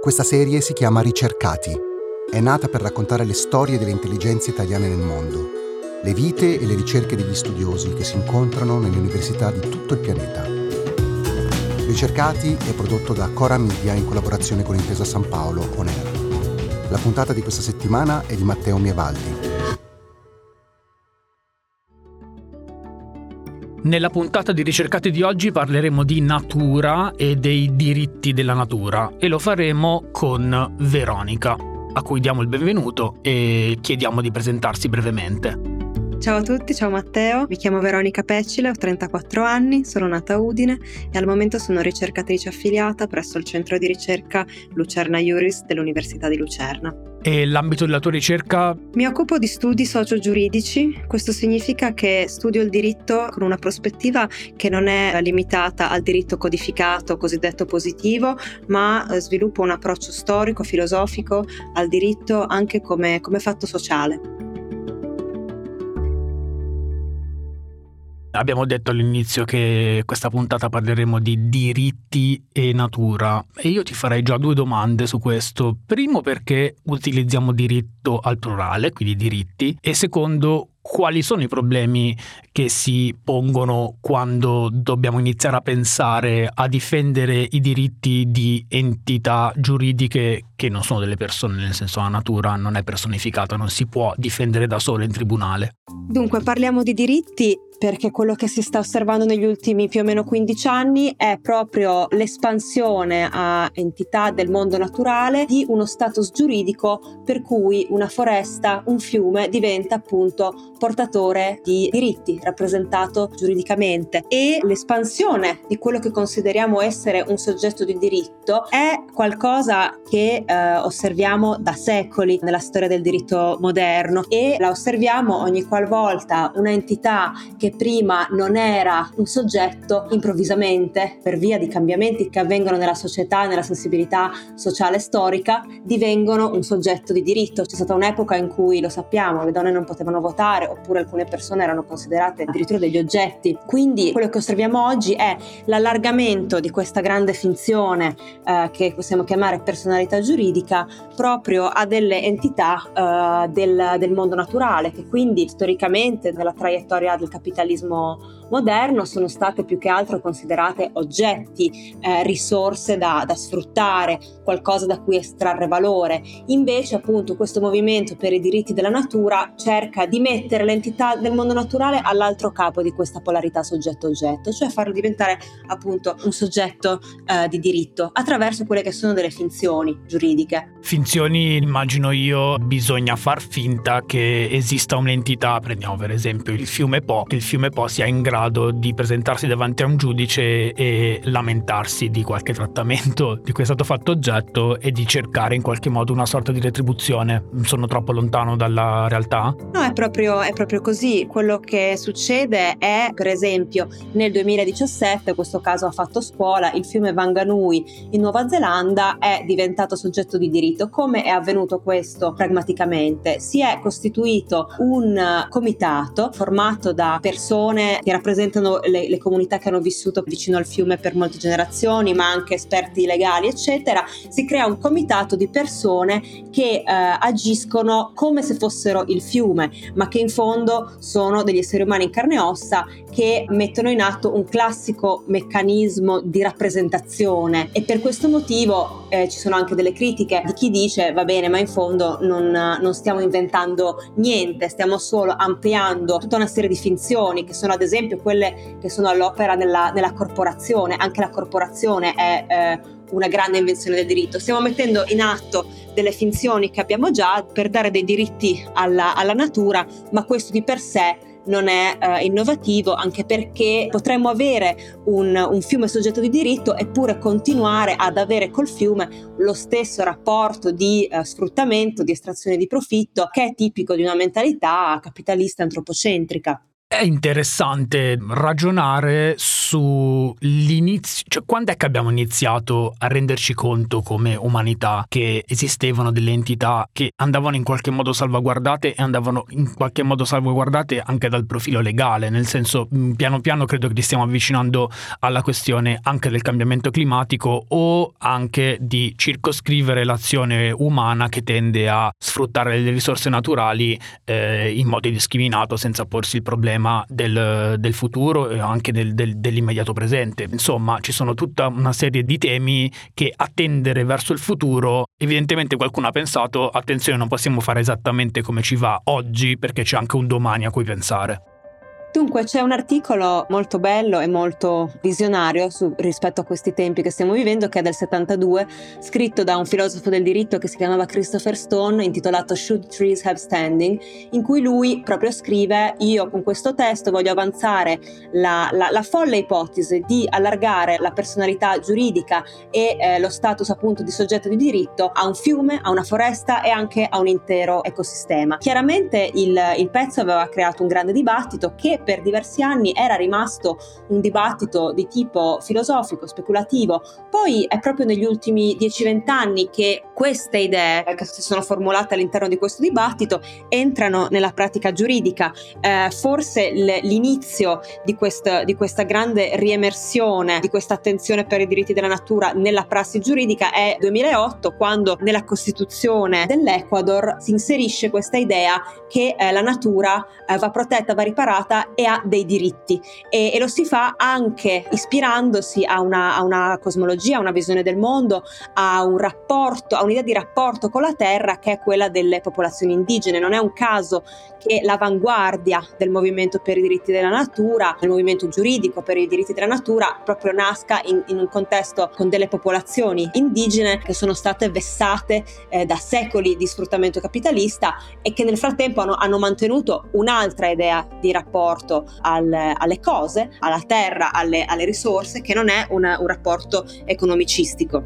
Questa serie si chiama Ricercati. È nata per raccontare le storie delle intelligenze italiane nel mondo, le vite e le ricerche degli studiosi che si incontrano nelle università di tutto il pianeta. Ricercati è prodotto da Cora Media in collaborazione con Intesa San Paolo On Air. La puntata di questa settimana è di Matteo Mievaldi. Nella puntata di Ricercati di oggi parleremo di natura e dei diritti della natura e lo faremo con Veronica, a cui diamo il benvenuto e chiediamo di presentarsi brevemente. Ciao a tutti, ciao Matteo, mi chiamo Veronica Peccile, ho 34 anni, sono nata a Udine e al momento sono ricercatrice affiliata presso il centro di ricerca Lucerna Iuris dell'Università di Lucerna. E l'ambito della tua ricerca? Mi occupo di studi socio-giuridici, questo significa che studio il diritto con una prospettiva che non è limitata al diritto codificato cosiddetto positivo, ma sviluppo un approccio storico, filosofico al diritto anche come fatto sociale. Abbiamo detto all'inizio che questa puntata parleremo di diritti e natura e io ti farei già due domande su questo. Primo, perché utilizziamo diritto al plurale, quindi diritti, e secondo, quali sono i problemi che si pongono quando dobbiamo iniziare a pensare a difendere i diritti di entità giuridiche che non sono delle persone, nel senso la natura non è personificata, non si può difendere da sola in tribunale. Dunque parliamo di diritti perché quello che si sta osservando negli ultimi più o meno 15 anni è proprio l'espansione a entità del mondo naturale di uno status giuridico per cui una foresta, un fiume diventa appunto portatore di diritti, rappresentato giuridicamente, e l'espansione di quello che consideriamo essere un soggetto di diritto è qualcosa che osserviamo da secoli nella storia del diritto moderno e la osserviamo ogni qualvolta una entità che prima non era un soggetto improvvisamente, per via di cambiamenti che avvengono nella società, nella sensibilità sociale storica, divengono un soggetto di diritto. C'è stata un'epoca in cui, lo sappiamo, le donne non potevano votare oppure alcune persone erano considerate addirittura degli oggetti. Quindi quello che osserviamo oggi è l'allargamento di questa grande finzione che possiamo chiamare personalità giuridica proprio a delle entità del mondo naturale, che quindi storicamente nella traiettoria del capitalismo moderno sono state più che altro considerate oggetti, risorse da sfruttare, qualcosa da cui estrarre valore. Invece appunto questo movimento per i diritti della natura cerca di mettere l'entità del mondo naturale all'altro capo di questa polarità soggetto-oggetto, cioè farlo diventare appunto un soggetto di diritto attraverso quelle che sono delle finzioni giuridiche. Finzioni, immagino io, bisogna far finta che esista un'entità, prendiamo per esempio il fiume Po, che il fiume Po sia in grado di presentarsi davanti a un giudice e lamentarsi di qualche trattamento di cui è stato fatto oggetto e di cercare in qualche modo una sorta di retribuzione. Sono troppo lontano dalla realtà? No, è proprio così. Quello che succede è, per esempio, nel 2017, questo caso ha fatto scuola, il fiume Wanganui in Nuova Zelanda è diventato soggetto di diritto. Come è avvenuto questo pragmaticamente? Si è costituito un comitato formato da persone che rappresentano le comunità che hanno vissuto vicino al fiume per molte generazioni, ma anche esperti legali, eccetera. Si crea un comitato di persone che agiscono come se fossero il fiume, ma che in fondo sono degli esseri umani in carne e ossa che mettono in atto un classico meccanismo di rappresentazione, e per questo motivo ci sono anche delle critiche di chi dice va bene, ma in fondo non stiamo inventando niente, stiamo solo ampliando tutta una serie di finzioni che sono ad esempio quelle che sono all'opera nella corporazione. Anche la corporazione è una grande invenzione del diritto. Stiamo mettendo in atto delle finzioni che abbiamo già per dare dei diritti alla natura, ma questo di per sé non è innovativo, anche perché potremmo avere un fiume soggetto di diritto eppure continuare ad avere col fiume lo stesso rapporto di sfruttamento, di estrazione di profitto che è tipico di una mentalità capitalista antropocentrica. È interessante ragionare sull'inizio, cioè quando è che abbiamo iniziato a renderci conto come umanità che esistevano delle entità che andavano in qualche modo salvaguardate e andavano in qualche modo salvaguardate anche dal profilo legale, nel senso piano piano credo che ci stiamo avvicinando alla questione anche del cambiamento climatico o anche di circoscrivere l'azione umana che tende a sfruttare le risorse naturali in modo indiscriminato senza porsi il problema del futuro e anche dell'immediato presente. Insomma, ci sono tutta una serie di temi che a tendere verso il futuro, evidentemente qualcuno ha pensato, attenzione, non possiamo fare esattamente come ci va oggi perché c'è anche un domani a cui pensare. Dunque c'è un articolo molto bello e molto visionario rispetto a questi tempi che stiamo vivendo, che è del 72, scritto da un filosofo del diritto che si chiamava Christopher Stone, intitolato Should Trees Have Standing, in cui lui proprio scrive: io con questo testo voglio avanzare la folle ipotesi di allargare la personalità giuridica e lo status appunto di soggetto di diritto a un fiume, a una foresta e anche a un intero ecosistema. Chiaramente il pezzo aveva creato un grande dibattito che per diversi anni era rimasto un dibattito di tipo filosofico, speculativo. Poi è proprio negli ultimi 10-20 anni che queste idee che si sono formulate all'interno di questo dibattito entrano nella pratica giuridica. Forse l'inizio di questa grande riemersione, di questa attenzione per i diritti della natura nella prassi giuridica è 2008, quando nella Costituzione dell'Ecuador si inserisce questa idea che la natura va protetta, va riparata e ha dei diritti, e lo si fa anche ispirandosi a una cosmologia, a una visione del mondo, a un'idea di rapporto con la terra che è quella delle popolazioni indigene. Non è un caso che l'avanguardia del movimento per i diritti della natura, del movimento giuridico per i diritti della natura, proprio nasca in un contesto con delle popolazioni indigene che sono state vessate da secoli di sfruttamento capitalista e che nel frattempo hanno mantenuto un'altra idea di rapporto alle cose, alla terra, alle risorse, che non è un rapporto economicistico.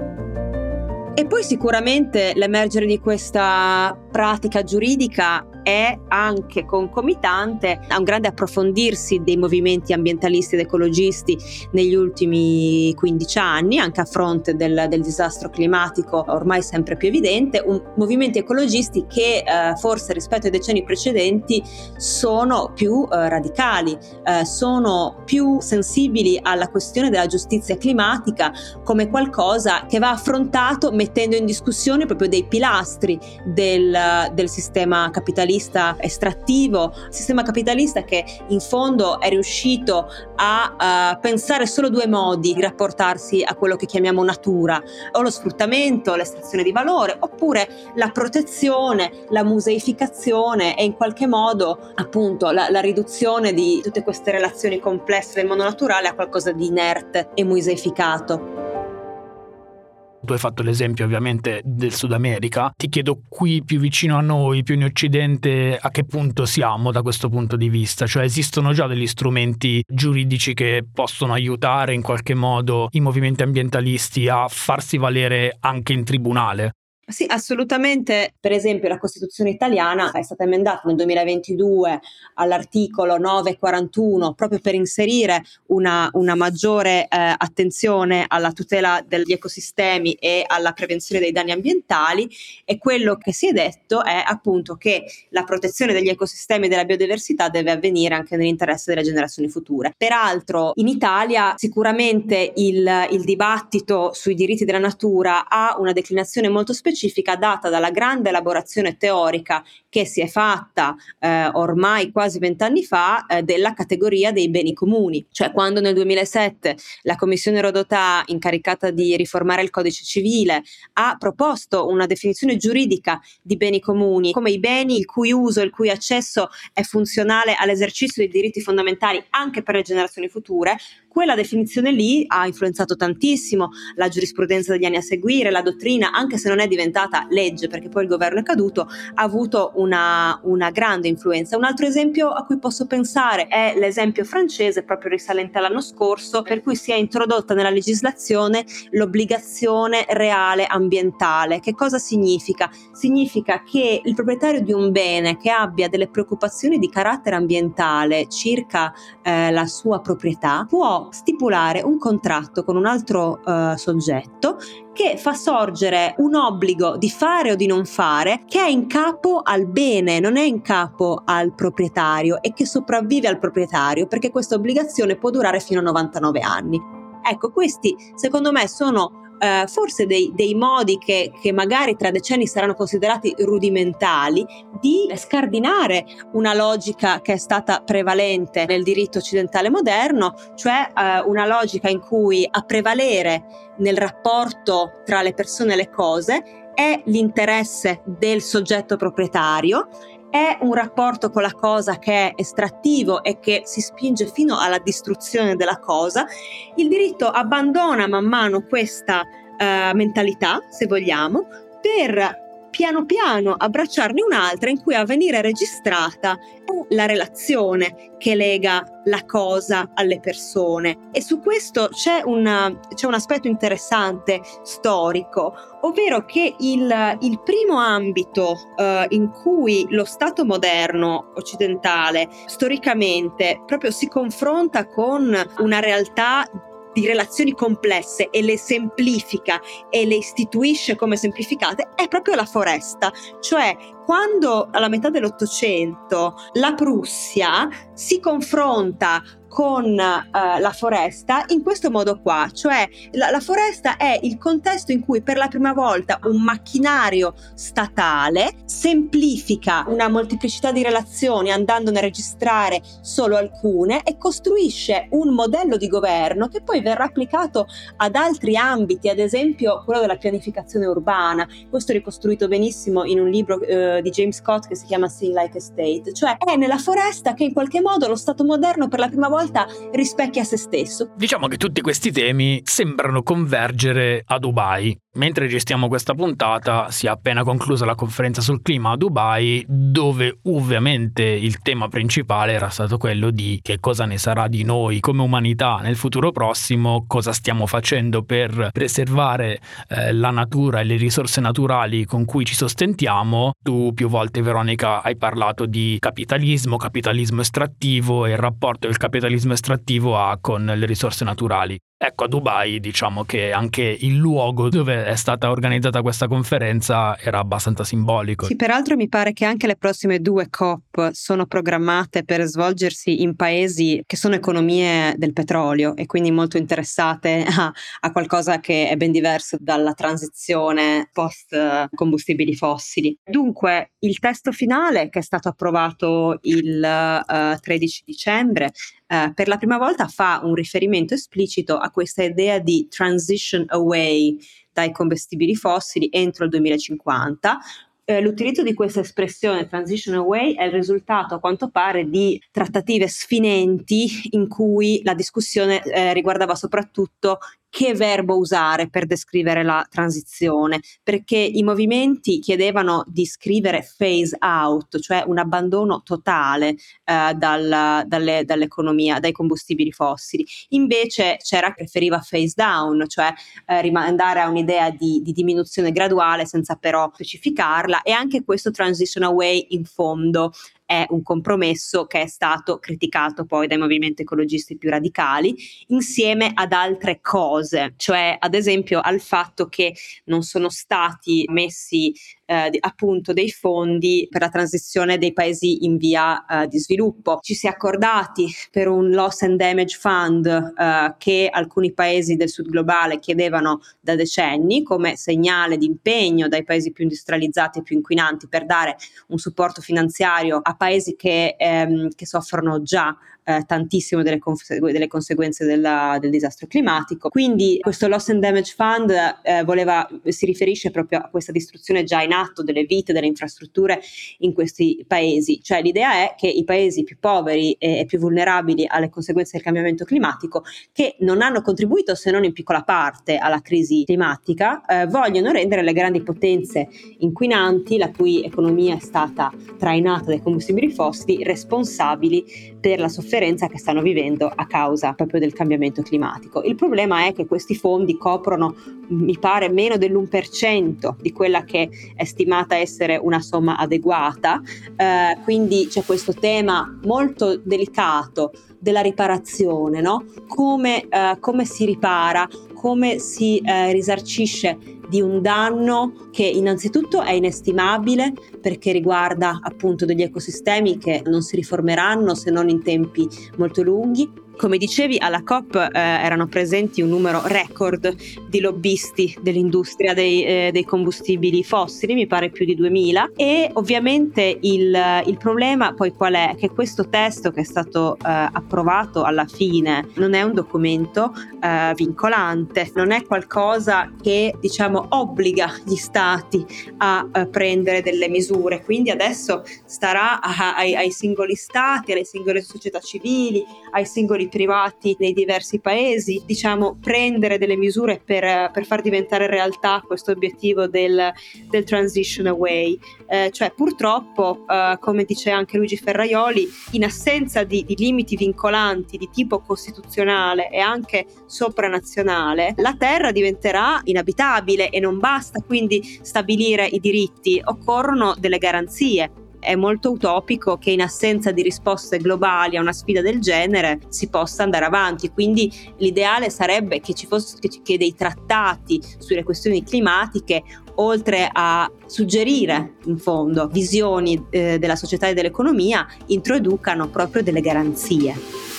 E poi sicuramente l'emergere di questa pratica giuridica è anche concomitante a un grande approfondirsi dei movimenti ambientalisti ed ecologisti negli ultimi 15 anni, anche a fronte del disastro climatico ormai sempre più evidente, movimenti ecologisti che forse rispetto ai decenni precedenti sono più radicali, sono più sensibili alla questione della giustizia climatica come qualcosa che va affrontato mettendo in discussione proprio dei pilastri del sistema capitalista estrattivo, sistema capitalista che in fondo è riuscito a pensare solo due modi di rapportarsi a quello che chiamiamo natura: o lo sfruttamento, l'estrazione di valore, oppure la protezione, la museificazione e in qualche modo appunto la riduzione di tutte queste relazioni complesse del mondo naturale a qualcosa di inerte e museificato. Tu hai fatto l'esempio ovviamente del Sud America, ti chiedo qui più vicino a noi, più in Occidente, a che punto siamo da questo punto di vista? Cioè esistono già degli strumenti giuridici che possono aiutare in qualche modo i movimenti ambientalisti a farsi valere anche in tribunale? Sì, assolutamente. Per esempio la Costituzione italiana è stata emendata nel 2022 all'articolo 941 proprio per inserire una maggiore attenzione alla tutela degli ecosistemi e alla prevenzione dei danni ambientali, e quello che si è detto è appunto che la protezione degli ecosistemi e della biodiversità deve avvenire anche nell'interesse delle generazioni future. Peraltro in Italia sicuramente il dibattito sui diritti della natura ha una declinazione molto specifica data dalla grande elaborazione teorica che si è fatta ormai quasi 20 anni fa della categoria dei beni comuni. Cioè quando nel 2007 la Commissione Rodotà, incaricata di riformare il Codice Civile, ha proposto una definizione giuridica di beni comuni come i beni il cui uso e il cui accesso è funzionale all'esercizio dei diritti fondamentali anche per le generazioni future, quella definizione lì ha influenzato tantissimo la giurisprudenza degli anni a seguire, la dottrina, anche se non è diventata legge perché poi il governo è caduto, ha avuto una grande influenza. Un altro esempio a cui posso pensare è l'esempio francese, proprio risalente all'anno scorso, per cui si è introdotta nella legislazione l'obbligazione reale ambientale. Che cosa significa? Significa che il proprietario di un bene che abbia delle preoccupazioni di carattere ambientale circa la sua proprietà può stipulare un contratto con un altro soggetto che fa sorgere un obbligo di fare o di non fare che è in capo al bene, non è in capo al proprietario, e che sopravvive al proprietario, perché questa obbligazione può durare fino a 99 anni. Ecco, questi secondo me sono forse dei modi che magari tra decenni saranno considerati rudimentali di scardinare una logica che è stata prevalente nel diritto occidentale moderno, cioè una logica in cui a prevalere nel rapporto tra le persone e le cose è l'interesse del soggetto proprietario, è un rapporto con la cosa che è estrattivo e che si spinge fino alla distruzione della cosa. Il diritto abbandona man mano questa mentalità, se vogliamo, per piano piano abbracciarne un'altra in cui a venire registrata è la relazione che lega la cosa alle persone. E su questo c'è un aspetto interessante storico, ovvero che il primo ambito in cui lo Stato moderno occidentale storicamente proprio si confronta con una realtà di relazioni complesse e le semplifica e le istituisce come semplificate è proprio la foresta. Cioè, quando alla metà dell'Ottocento la Prussia si confronta con la foresta in questo modo qua, cioè la foresta è il contesto in cui per la prima volta un macchinario statale semplifica una molteplicità di relazioni andandone a registrare solo alcune e costruisce un modello di governo che poi verrà applicato ad altri ambiti, ad esempio quello della pianificazione urbana. Questo è ricostruito benissimo in un libro di James Scott che si chiama Sing Like a State, cioè è nella foresta che in qualche modo lo Stato moderno per la prima volta rispecchia se stesso. Diciamo che tutti questi temi sembrano convergere a Dubai. Mentre registriamo questa puntata si è appena conclusa la conferenza sul clima a Dubai, dove ovviamente il tema principale era stato quello di che cosa ne sarà di noi come umanità nel futuro prossimo, cosa stiamo facendo per preservare la natura e le risorse naturali con cui ci sostentiamo. Tu più volte, Veronica, hai parlato di capitalismo estrattivo e il rapporto del capitalismo estrattivo ha con le risorse naturali. Ecco, a Dubai diciamo che anche il luogo dove è stata organizzata questa conferenza era abbastanza simbolico. Sì, peraltro mi pare che anche le prossime 2 COP sono programmate per svolgersi in paesi che sono economie del petrolio e quindi molto interessate a qualcosa che è ben diverso dalla transizione post combustibili fossili. Dunque, il testo finale che è stato approvato il 13 dicembre per la prima volta fa un riferimento esplicito a questa idea di transition away dai combustibili fossili entro il 2050. L'utilizzo di questa espressione transition away è il risultato a quanto pare di trattative sfinenti in cui la discussione riguardava soprattutto che verbo usare per descrivere la transizione, perché i movimenti chiedevano di scrivere phase out, cioè un abbandono totale dall'economia, dai combustibili fossili. Invece c'era chi preferiva phase down, cioè rimandare a un'idea di diminuzione graduale senza però specificarla, e anche questo transition away in fondo è un compromesso che è stato criticato poi dai movimenti ecologisti più radicali, insieme ad altre cose, cioè ad esempio al fatto che non sono stati messi appunto dei fondi per la transizione dei paesi in via di sviluppo. Ci si è accordati per un loss and damage fund che alcuni paesi del sud globale chiedevano da decenni come segnale di impegno dai paesi più industrializzati e più inquinanti per dare un supporto finanziario a paesi che soffrono già tantissimo delle conseguenze del disastro climatico. Quindi questo Loss and Damage Fund si riferisce proprio a questa distruzione già in atto delle vite, delle infrastrutture in questi paesi. Cioè l'idea è che i paesi più poveri e più vulnerabili alle conseguenze del cambiamento climatico, che non hanno contribuito se non in piccola parte alla crisi climatica, vogliono rendere le grandi potenze inquinanti, la cui economia è stata trainata dai combustibili fossili, responsabili per la sofferenza che stanno vivendo a causa proprio del cambiamento climatico. Il problema è che questi fondi coprono, mi pare, meno dell'1% di quella che è stimata essere una somma adeguata, quindi c'è questo tema molto delicato della riparazione, no? Come si ripara, come si risarcisce di un danno che innanzitutto è inestimabile, perché riguarda appunto degli ecosistemi che non si riformeranno se non in tempi molto lunghi. Come dicevi, alla COP erano presenti un numero record di lobbisti dell'industria dei combustibili fossili, mi pare più di 2000, e ovviamente il problema poi qual è? Che questo testo che è stato approvato alla fine non è un documento vincolante, non è qualcosa che obbliga gli stati a prendere delle misure, quindi adesso starà ai singoli stati, alle singole società civili, ai singoli privati nei diversi paesi, prendere delle misure per far diventare realtà questo obiettivo del transition away. Cioè purtroppo, come dice anche Luigi Ferraioli, in assenza di limiti vincolanti di tipo costituzionale e anche sopranazionale, la terra diventerà inabitabile e non basta quindi stabilire i diritti, occorrono delle garanzie. È molto utopico che in assenza di risposte globali a una sfida del genere si possa andare avanti, quindi l'ideale sarebbe che ci fosse che dei trattati sulle questioni climatiche, oltre a suggerire in fondo visioni della società e dell'economia, introducano proprio delle garanzie.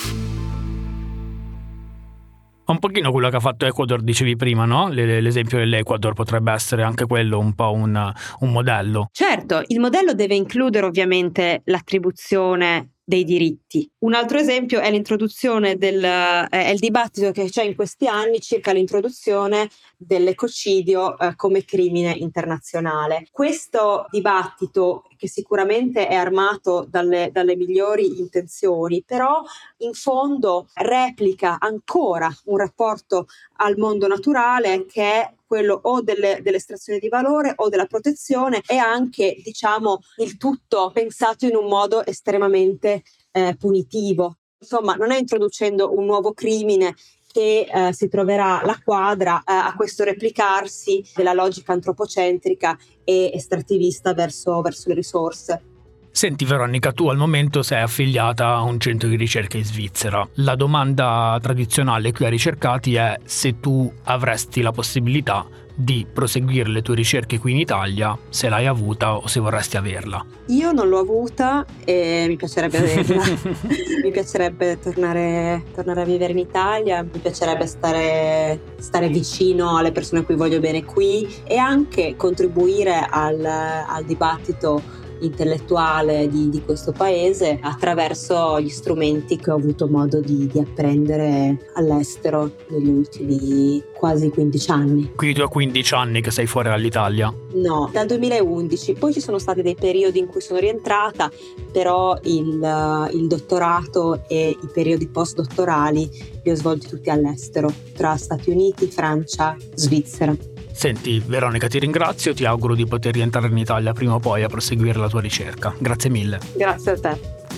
Un pochino quello che ha fatto Ecuador, dicevi prima, no? L'esempio dell'Ecuador potrebbe essere anche quello un po' un modello. Certo, il modello deve includere ovviamente l'attribuzione dei diritti. Un altro esempio è l'introduzione è il dibattito che c'è in questi anni circa l'introduzione dell'ecocidio come crimine internazionale. Questo dibattito, che sicuramente è armato dalle migliori intenzioni, però in fondo replica ancora un rapporto al mondo naturale che è quello o dell'estrazione di valore o della protezione, e anche il tutto pensato in un modo estremamente punitivo. Insomma, non è introducendo un nuovo crimine che si troverà la quadra a questo replicarsi della logica antropocentrica e estrattivista verso le risorse. Senti Veronica, tu al momento sei affiliata a un centro di ricerca in Svizzera. La domanda tradizionale qui ai ricercati è se tu avresti la possibilità di proseguire le tue ricerche qui in Italia, se l'hai avuta o se vorresti averla. Io non l'ho avuta e mi piacerebbe averla. Mi piacerebbe tornare a vivere in Italia, mi piacerebbe stare vicino alle persone a cui voglio bene qui e anche contribuire al dibattito intellettuale di questo paese attraverso gli strumenti che ho avuto modo di apprendere all'estero negli ultimi quasi 15 anni. Quindi tu hai 15 anni che sei fuori dall'Italia? No, dal 2011. Poi ci sono stati dei periodi in cui sono rientrata, però il dottorato e i periodi postdottorali li ho svolti tutti all'estero, tra Stati Uniti, Francia, Svizzera. Senti Veronica, ti ringrazio, ti auguro di poter rientrare in Italia prima o poi a proseguire la tua ricerca. Grazie mille. Grazie a te.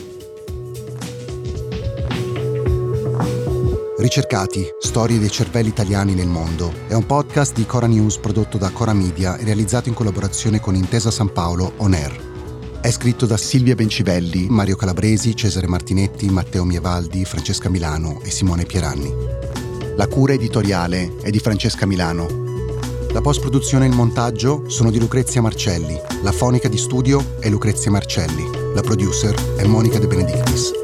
Ricercati, storie dei cervelli italiani nel mondo è un podcast di Cora News prodotto da Cora Media e realizzato in collaborazione con Intesa San Paolo On Air. È scritto da Silvia Bencivelli, Mario Calabresi, Cesare Martinetti, Matteo Mievaldi, Francesca Milano e Simone Pieranni. La cura editoriale è di Francesca Milano. La post-produzione e il montaggio sono di Lucrezia Marcelli. La fonica di studio è Lucrezia Marcelli. La producer è Monica De Benedictis.